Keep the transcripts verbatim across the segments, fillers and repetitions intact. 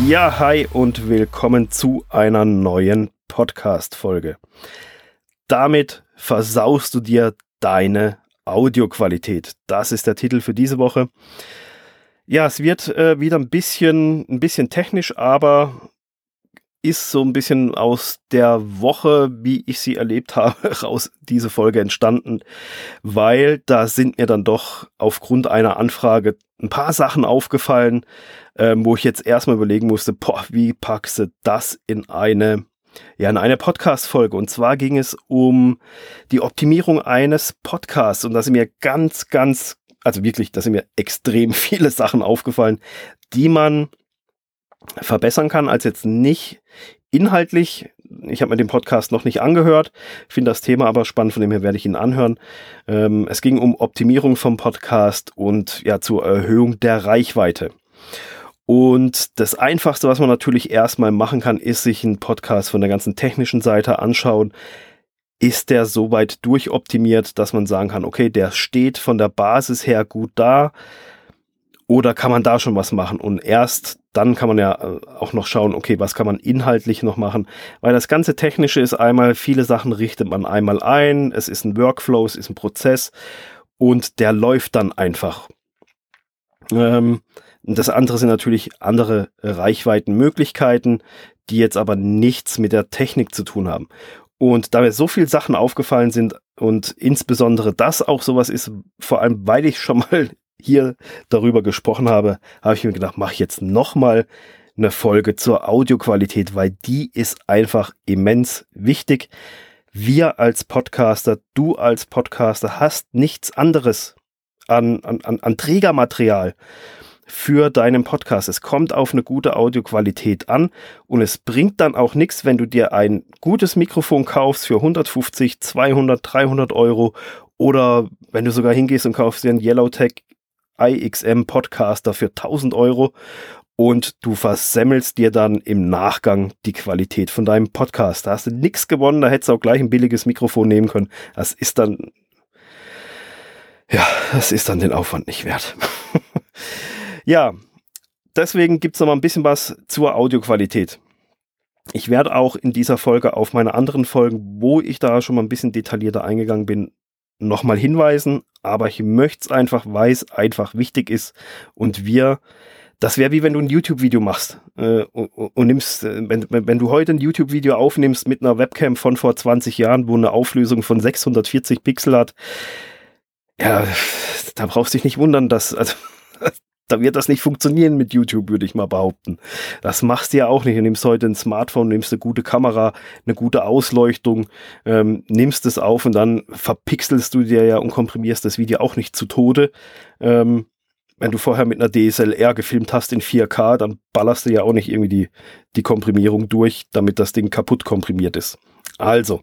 Ja, hi und willkommen zu einer neuen Podcast-Folge. Damit versaust du dir deine Audioqualität. Das ist der Titel für diese Woche. Ja, es wird äh, wieder ein bisschen, ein bisschen technisch, aber ist so ein bisschen aus der Woche, wie ich sie erlebt habe, raus diese Folge entstanden, weil da sind mir dann doch aufgrund einer Anfrage ein paar Sachen aufgefallen, ähm, wo ich jetzt erstmal überlegen musste, boah, wie packst du das in eine, ja, in eine Podcast-Folge? Und zwar ging es um die Optimierung eines Podcasts und da sind mir ganz, ganz, also wirklich, da sind mir extrem viele Sachen aufgefallen, die man verbessern kann, als jetzt nicht inhaltlich. Ich habe mir den Podcast noch nicht angehört, finde das Thema aber spannend, von dem her werde ich ihn anhören. Ähm, es ging um Optimierung vom Podcast und ja zur Erhöhung der Reichweite. Und das Einfachste, was man natürlich erstmal machen kann, ist sich einen Podcast von der ganzen technischen Seite anschauen. Ist der soweit durchoptimiert, dass man sagen kann, okay, der steht von der Basis her gut da? Oder kann man da schon was machen? Und erst dann kann man ja auch noch schauen, okay, was kann man inhaltlich noch machen? Weil das ganze Technische ist einmal, viele Sachen richtet man einmal ein, es ist ein Workflow, es ist ein Prozess und der läuft dann einfach. Ähm, das andere sind natürlich andere Reichweitenmöglichkeiten, die jetzt aber nichts mit der Technik zu tun haben. Und da mir so viele Sachen aufgefallen sind und insbesondere das auch sowas ist, vor allem weil ich schon mal hier darüber gesprochen habe, habe ich mir gedacht, mache ich jetzt nochmal eine Folge zur Audioqualität, weil die ist einfach immens wichtig. Wir als Podcaster, du als Podcaster hast nichts anderes an, an, an Trägermaterial für deinen Podcast. Es kommt auf eine gute Audioqualität an und es bringt dann auch nichts, wenn du dir ein gutes Mikrofon kaufst für hundertfünfzig, zweihundert, dreihundert Euro oder wenn du sogar hingehst und kaufst dir einen Yellowtech I X M Podcaster für tausend Euro und du versemmelst dir dann im Nachgang die Qualität von deinem Podcast. Da hast du nichts gewonnen, da hättest du auch gleich ein billiges Mikrofon nehmen können. Das ist dann, ja, das ist dann den Aufwand nicht wert. Ja, deswegen gibt es noch mal ein bisschen was zur Audioqualität. Ich werde auch in dieser Folge auf meine anderen Folgen, wo ich da schon mal ein bisschen detaillierter eingegangen bin, nochmal hinweisen, aber ich möchte es einfach, weil es einfach wichtig ist und wir, das wäre wie wenn du ein YouTube-Video machst äh, und, und nimmst, wenn, wenn du heute ein YouTube-Video aufnimmst mit einer Webcam von vor zwanzig Jahren, wo eine Auflösung von sechshundertvierzig Pixel hat, ja, da brauchst du dich nicht wundern, dass, also, da wird das nicht funktionieren mit YouTube, würde ich mal behaupten. Das machst du ja auch nicht. Du nimmst heute ein Smartphone, nimmst eine gute Kamera, eine gute Ausleuchtung, ähm, nimmst es auf und dann verpixelst du dir ja und komprimierst das Video auch nicht zu Tode. Ähm, wenn du vorher mit einer D S L R gefilmt hast in vier K, dann ballerst du ja auch nicht irgendwie die, die Komprimierung durch, damit das Ding kaputt komprimiert ist. Also,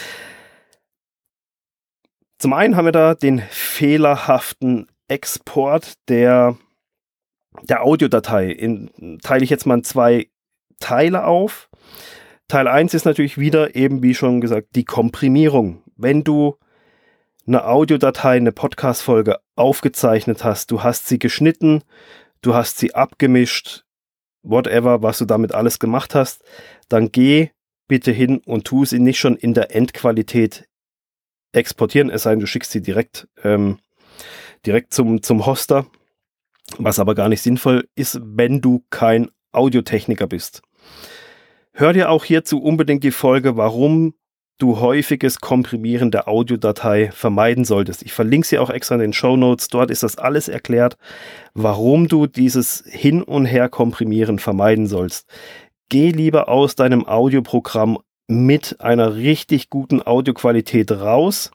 zum einen haben wir da den fehlerhaften Export der der Audiodatei. In, teile ich jetzt mal in zwei Teile auf. Teil eins ist natürlich wieder eben, wie schon gesagt, die Komprimierung. Wenn du eine Audiodatei, eine Podcast-Folge aufgezeichnet hast, du hast sie geschnitten, du hast sie abgemischt, whatever, was du damit alles gemacht hast, dann geh bitte hin und tu sie nicht schon in der Endqualität exportieren, es sei denn, du schickst sie direkt, ähm, direkt zum, zum Hoster. Was aber gar nicht sinnvoll ist, wenn du kein Audiotechniker bist. Hör dir auch hierzu unbedingt die Folge, warum du häufiges Komprimieren der Audiodatei vermeiden solltest. Ich verlinke sie auch extra in den Shownotes. Dort ist das alles erklärt, warum du dieses Hin- und Her-Komprimieren vermeiden sollst. Geh lieber aus deinem Audioprogramm mit einer richtig guten Audioqualität raus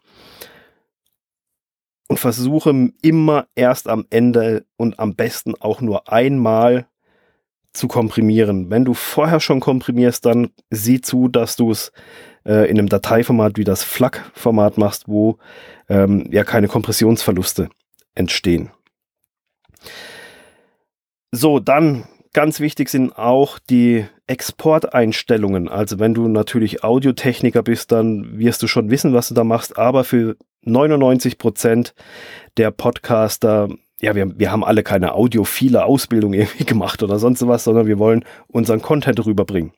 und versuche immer erst am Ende und am besten auch nur einmal zu komprimieren. Wenn du vorher schon komprimierst, dann sieh zu, dass du es äh, in einem Dateiformat wie das F L A C-Format machst, wo ähm, ja keine Kompressionsverluste entstehen. So, dann ganz wichtig sind auch die Exporteinstellungen. Also wenn du natürlich Audiotechniker bist, dann wirst du schon wissen, was du da machst. Aber für neunundneunzig Prozent der Podcaster, ja, wir, wir haben alle keine audiophile Ausbildung irgendwie gemacht oder sonst was, sondern wir wollen unseren Content rüberbringen.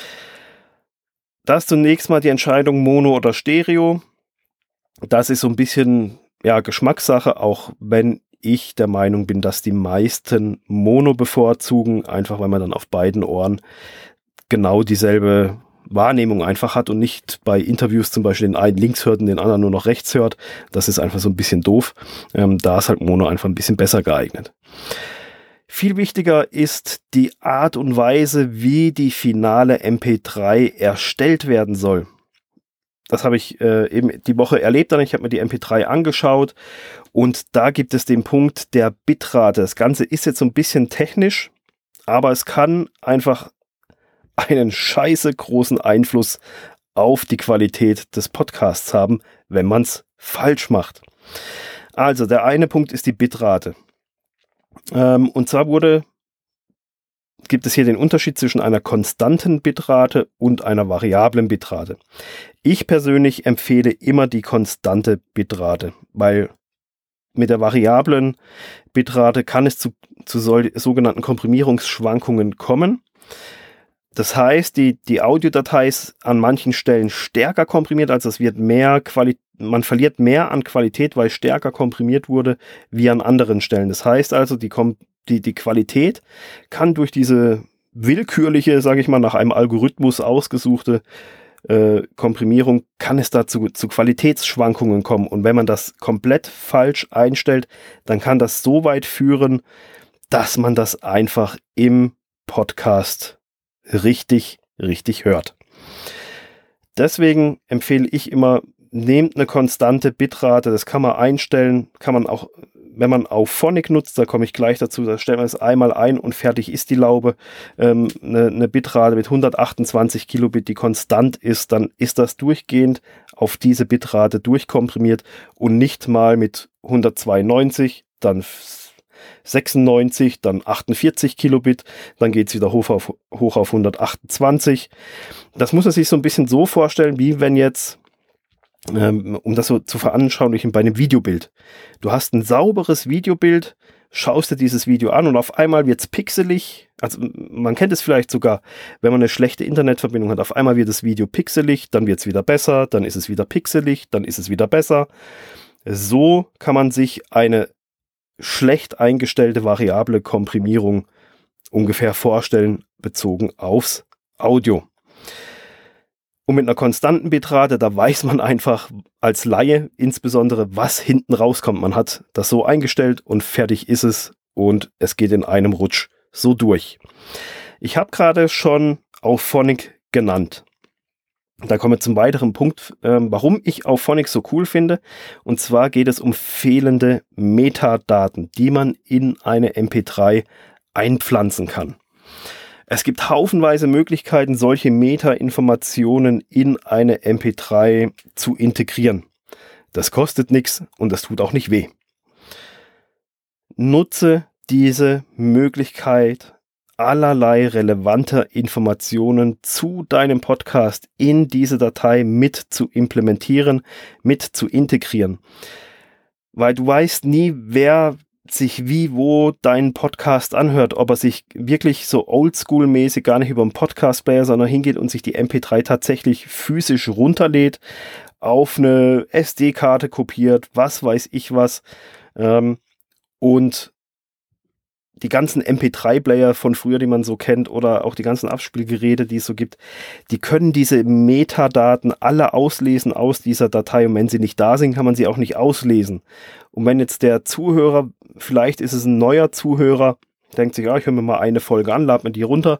Da ist zunächst mal die Entscheidung Mono oder Stereo. Das ist so ein bisschen ja, Geschmackssache, auch wenn ich der Meinung bin, dass die meisten Mono bevorzugen, einfach weil man dann auf beiden Ohren genau dieselbe Wahrnehmung einfach hat und nicht bei Interviews zum Beispiel den einen links hört und den anderen nur noch rechts hört. Das ist einfach so ein bisschen doof. Ähm, da ist halt Mono einfach ein bisschen besser geeignet. Viel wichtiger ist die Art und Weise, wie die finale M P drei erstellt werden soll. Das habe ich äh, eben die Woche erlebt, dann ich habe mir die M P drei angeschaut und da gibt es den Punkt der Bitrate. Das Ganze ist jetzt so ein bisschen technisch, aber es kann einfach einen scheiße großen Einfluss auf die Qualität des Podcasts haben, wenn man es falsch macht. Also der eine Punkt ist die Bitrate. Ähm, und zwar wurde gibt es hier den Unterschied zwischen einer konstanten Bitrate und einer variablen Bitrate. Ich persönlich empfehle immer die konstante Bitrate, weil mit der variablen Bitrate kann es zu, zu sol- sogenannten Komprimierungsschwankungen kommen. Das heißt, die, die Audiodatei ist an manchen Stellen stärker komprimiert, also es wird mehr Quali- man verliert mehr an Qualität, weil stärker komprimiert wurde, wie an anderen Stellen. Das heißt also, die, Kom- die, die Qualität kann durch diese willkürliche, sage ich mal, nach einem Algorithmus ausgesuchte äh, Komprimierung, kann es dazu zu Qualitätsschwankungen kommen. Und wenn man das komplett falsch einstellt, dann kann das so weit führen, dass man das einfach im Podcast richtig, richtig hört. Deswegen empfehle ich immer, nehmt eine konstante Bitrate, das kann man einstellen, kann man auch, wenn man Auphonic nutzt, da komme ich gleich dazu, da stellt man es einmal ein und fertig ist die Laube. Ähm, eine, eine Bitrate mit hundertachtundzwanzig Kilobit, die konstant ist, dann ist das durchgehend auf diese Bitrate durchkomprimiert und nicht mal mit hundertzweiundneunzig, dann sechsundneunzig, dann achtundvierzig Kilobit, dann geht es wieder hoch auf, hoch auf hundertachtundzwanzig. Das muss man sich so ein bisschen so vorstellen, wie wenn jetzt, ähm, um das so zu veranschaulichen, bei einem Videobild. Du hast ein sauberes Videobild, schaust dir dieses Video an und auf einmal wird es pixelig. Also man kennt es vielleicht sogar, wenn man eine schlechte Internetverbindung hat, auf einmal wird das Video pixelig, dann wird es wieder besser, dann ist es wieder pixelig, dann ist es wieder besser. So kann man sich eine schlecht eingestellte variable Komprimierung ungefähr vorstellen, bezogen aufs Audio. Und mit einer konstanten Bitrate, da weiß man einfach als Laie insbesondere, was hinten rauskommt. Man hat das so eingestellt und fertig ist es und es geht in einem Rutsch so durch. Ich habe gerade schon Auphonic genannt. Da kommen wir zum weiteren Punkt, äh, warum ich Auphonic so cool finde. Und zwar geht es um fehlende Metadaten, die man in eine M P drei einpflanzen kann. Es gibt haufenweise Möglichkeiten, solche Meta-Informationen in eine M P drei zu integrieren. Das kostet nichts und das tut auch nicht weh. Nutze diese Möglichkeit, allerlei relevanter Informationen zu deinem Podcast in diese Datei mit zu implementieren, mit zu integrieren. Weil du weißt nie, wer sich wie wo deinen Podcast anhört, ob er sich wirklich so oldschool-mäßig gar nicht über einen Podcast-Player, sondern hingeht und sich die M P drei tatsächlich physisch runterlädt, auf eine S D-Karte kopiert, was weiß ich was, ähm, und die ganzen M P drei Player von früher, die man so kennt, oder auch die ganzen Abspielgeräte, die es so gibt, die können diese Metadaten alle auslesen aus dieser Datei. Und wenn sie nicht da sind, kann man sie auch nicht auslesen. Und wenn jetzt der Zuhörer, vielleicht ist es ein neuer Zuhörer, denkt sich, ja, ich höre mir mal eine Folge an, lad mir die runter.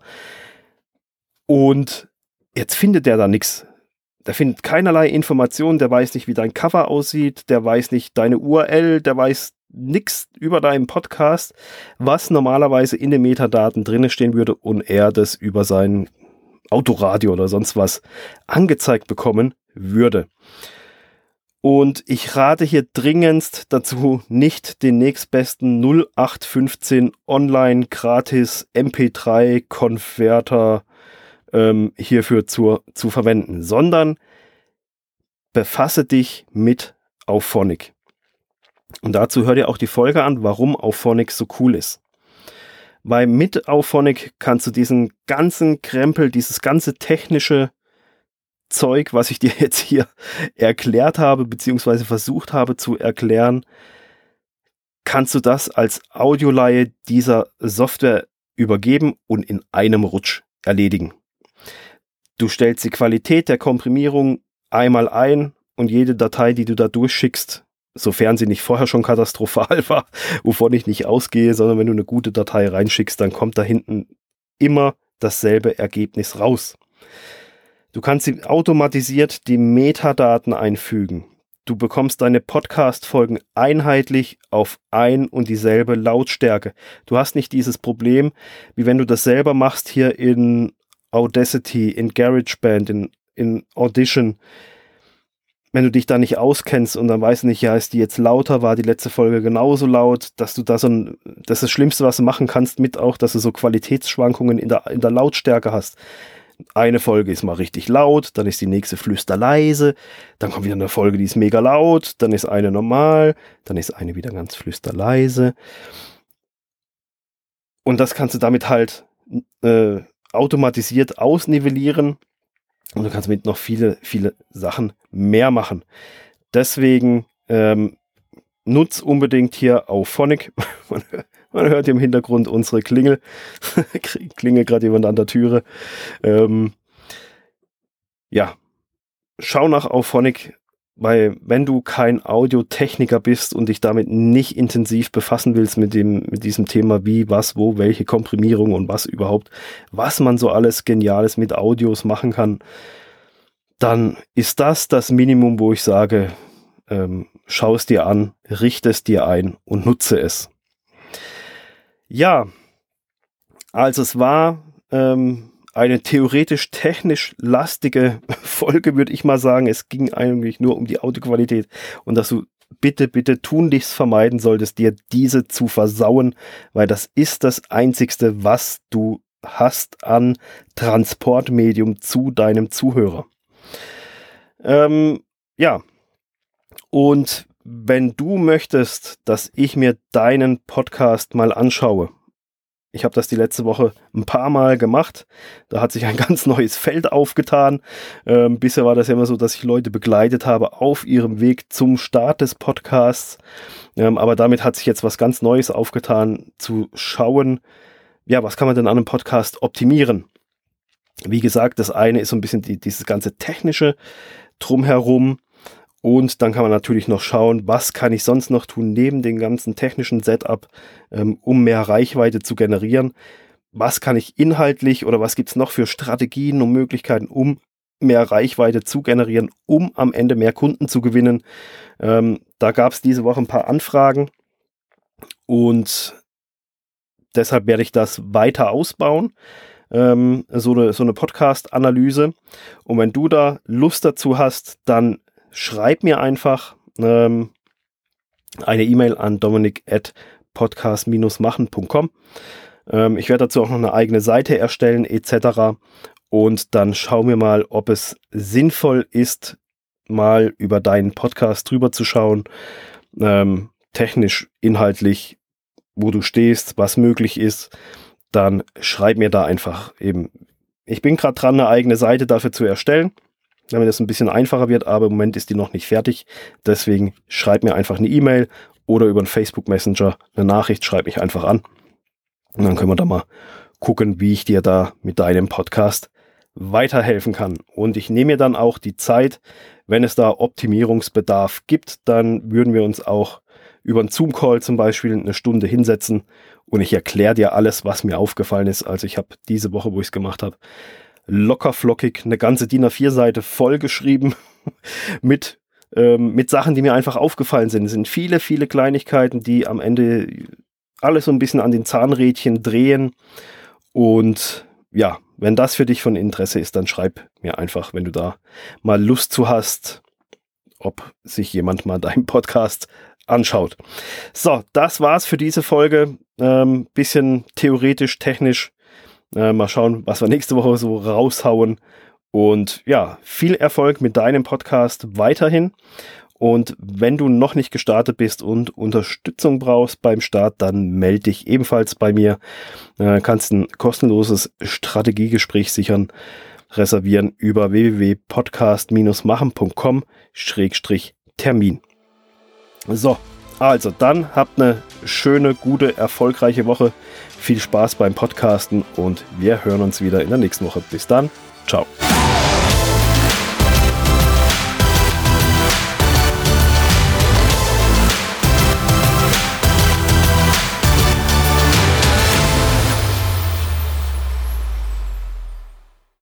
Und jetzt findet der da nichts. Der findet keinerlei Informationen, der weiß nicht, wie dein Cover aussieht, der weiß nicht deine U R L, der weiß nichts über deinen Podcast, was normalerweise in den Metadaten drin stehen würde und er das über sein Autoradio oder sonst was angezeigt bekommen würde. Und ich rate hier dringendst dazu, nicht den nächstbesten null acht fünfzehn Online gratis M P drei Konverter ähm, hierfür zu, zu verwenden, sondern befasse dich mit Auphonic. Und dazu hör dir auch die Folge an, warum Auphonic so cool ist. Weil mit Auphonic kannst du diesen ganzen Krempel, dieses ganze technische Zeug, was ich dir jetzt hier erklärt habe, beziehungsweise versucht habe zu erklären, kannst du das als Audioleihe dieser Software übergeben und in einem Rutsch erledigen. Du stellst die Qualität der Komprimierung einmal ein und jede Datei, die du da durchschickst, sofern sie nicht vorher schon katastrophal war, wovon ich nicht ausgehe, sondern wenn du eine gute Datei reinschickst, dann kommt da hinten immer dasselbe Ergebnis raus. Du kannst automatisiert die Metadaten einfügen. Du bekommst deine Podcast-Folgen einheitlich auf ein und dieselbe Lautstärke. Du hast nicht dieses Problem, wie wenn du das selber machst hier in Audacity, in GarageBand, in, in Audition. Wenn du dich da nicht auskennst und dann weißt du nicht, ja, ist die jetzt lauter, war die letzte Folge genauso laut, dass du da so ein, das ist das Schlimmste, was du machen kannst mit auch, dass du so Qualitätsschwankungen in der, in der Lautstärke hast. Eine Folge ist mal richtig laut, dann ist die nächste flüsterleise, dann kommt wieder eine Folge, die ist mega laut, dann ist eine normal, dann ist eine wieder ganz flüsterleise. Und das kannst du damit halt äh, automatisiert ausnivellieren und du kannst mit noch viele, viele Sachen mehr machen. Deswegen ähm, nutz unbedingt hier Auphonic. Man hört hier im Hintergrund unsere Klingel. Klingelt gerade jemand an der Türe. Ähm, ja, schau nach Auphonic, weil wenn du kein Audiotechniker bist und dich damit nicht intensiv befassen willst mit dem, mit diesem Thema wie, was, wo, welche Komprimierung und was überhaupt, was man so alles Geniales mit Audios machen kann, dann ist das das Minimum, wo ich sage, ähm, schau es dir an, richte es dir ein und nutze es. Ja, also es war ähm, eine theoretisch-technisch lastige Folge, würde ich mal sagen. Es ging eigentlich nur um die Audioqualität und dass du bitte, bitte tunlichst vermeiden solltest, dir diese zu versauen, weil das ist das Einzigste, was du hast an Transportmedium zu deinem Zuhörer. Ähm, ja, und wenn du möchtest, dass ich mir deinen Podcast mal anschaue, ich habe das die letzte Woche ein paar Mal gemacht, da hat sich ein ganz neues Feld aufgetan. Ähm, bisher war das ja immer so, dass ich Leute begleitet habe auf ihrem Weg zum Start des Podcasts, ähm, aber damit hat sich jetzt was ganz Neues aufgetan, zu schauen, ja, was kann man denn an einem Podcast optimieren? Wie gesagt, das eine ist so ein bisschen die, dieses ganze technische Drumherum. Und dann kann man natürlich noch schauen, was kann ich sonst noch tun, neben dem ganzen technischen Setup, ähm, um mehr Reichweite zu generieren. Was kann ich inhaltlich oder was gibt es noch für Strategien und Möglichkeiten, um mehr Reichweite zu generieren, um am Ende mehr Kunden zu gewinnen. Ähm, da gab es diese Woche ein paar Anfragen und deshalb werde ich das weiter ausbauen. Ähm, so eine, so eine Podcast-Analyse. Und wenn du da Lust dazu hast, dann schreib mir einfach ähm, eine E-Mail an dominik at podcast machen punkt com. Ähm, ich werde dazu auch noch eine eigene Seite erstellen et cetera. Und dann schauen wir mal, ob es sinnvoll ist, mal über deinen Podcast drüber zu schauen, ähm, technisch, inhaltlich, wo du stehst, was möglich ist. Dann schreib mir da einfach eben. Ich bin gerade dran, eine eigene Seite dafür zu erstellen, damit es ein bisschen einfacher wird, aber im Moment ist die noch nicht fertig. Deswegen schreib mir einfach eine E-Mail oder über einen Facebook Messenger eine Nachricht, schreib mich einfach an. Und dann können wir da mal gucken, wie ich dir da mit deinem Podcast weiterhelfen kann. Und ich nehme mir dann auch die Zeit, wenn es da Optimierungsbedarf gibt, dann würden wir uns auch über einen Zoom-Call zum Beispiel eine Stunde hinsetzen und ich erkläre dir alles, was mir aufgefallen ist. Also ich habe diese Woche, wo ich es gemacht habe, locker flockig eine ganze D I N A vier Seite vollgeschrieben mit, ähm, mit Sachen, die mir einfach aufgefallen sind. Es sind viele, viele Kleinigkeiten, die am Ende alles so ein bisschen an den Zahnrädchen drehen. Und ja, wenn das für dich von Interesse ist, dann schreib mir einfach, wenn du da mal Lust zu hast, ob sich jemand mal deinen Podcast anschaut. So, das war's für diese Folge. Ähm, bisschen theoretisch, technisch. Äh, mal schauen, was wir nächste Woche so raushauen. Und ja, viel Erfolg mit deinem Podcast weiterhin. Und wenn du noch nicht gestartet bist und Unterstützung brauchst beim Start, dann melde dich ebenfalls bei mir. Äh, kannst ein kostenloses Strategiegespräch sichern, reservieren über w w w punkt podcast machen punkt com Schrägstrich Termin. So, also dann habt eine schöne, gute, erfolgreiche Woche. Viel Spaß beim Podcasten und wir hören uns wieder in der nächsten Woche. Bis dann, ciao.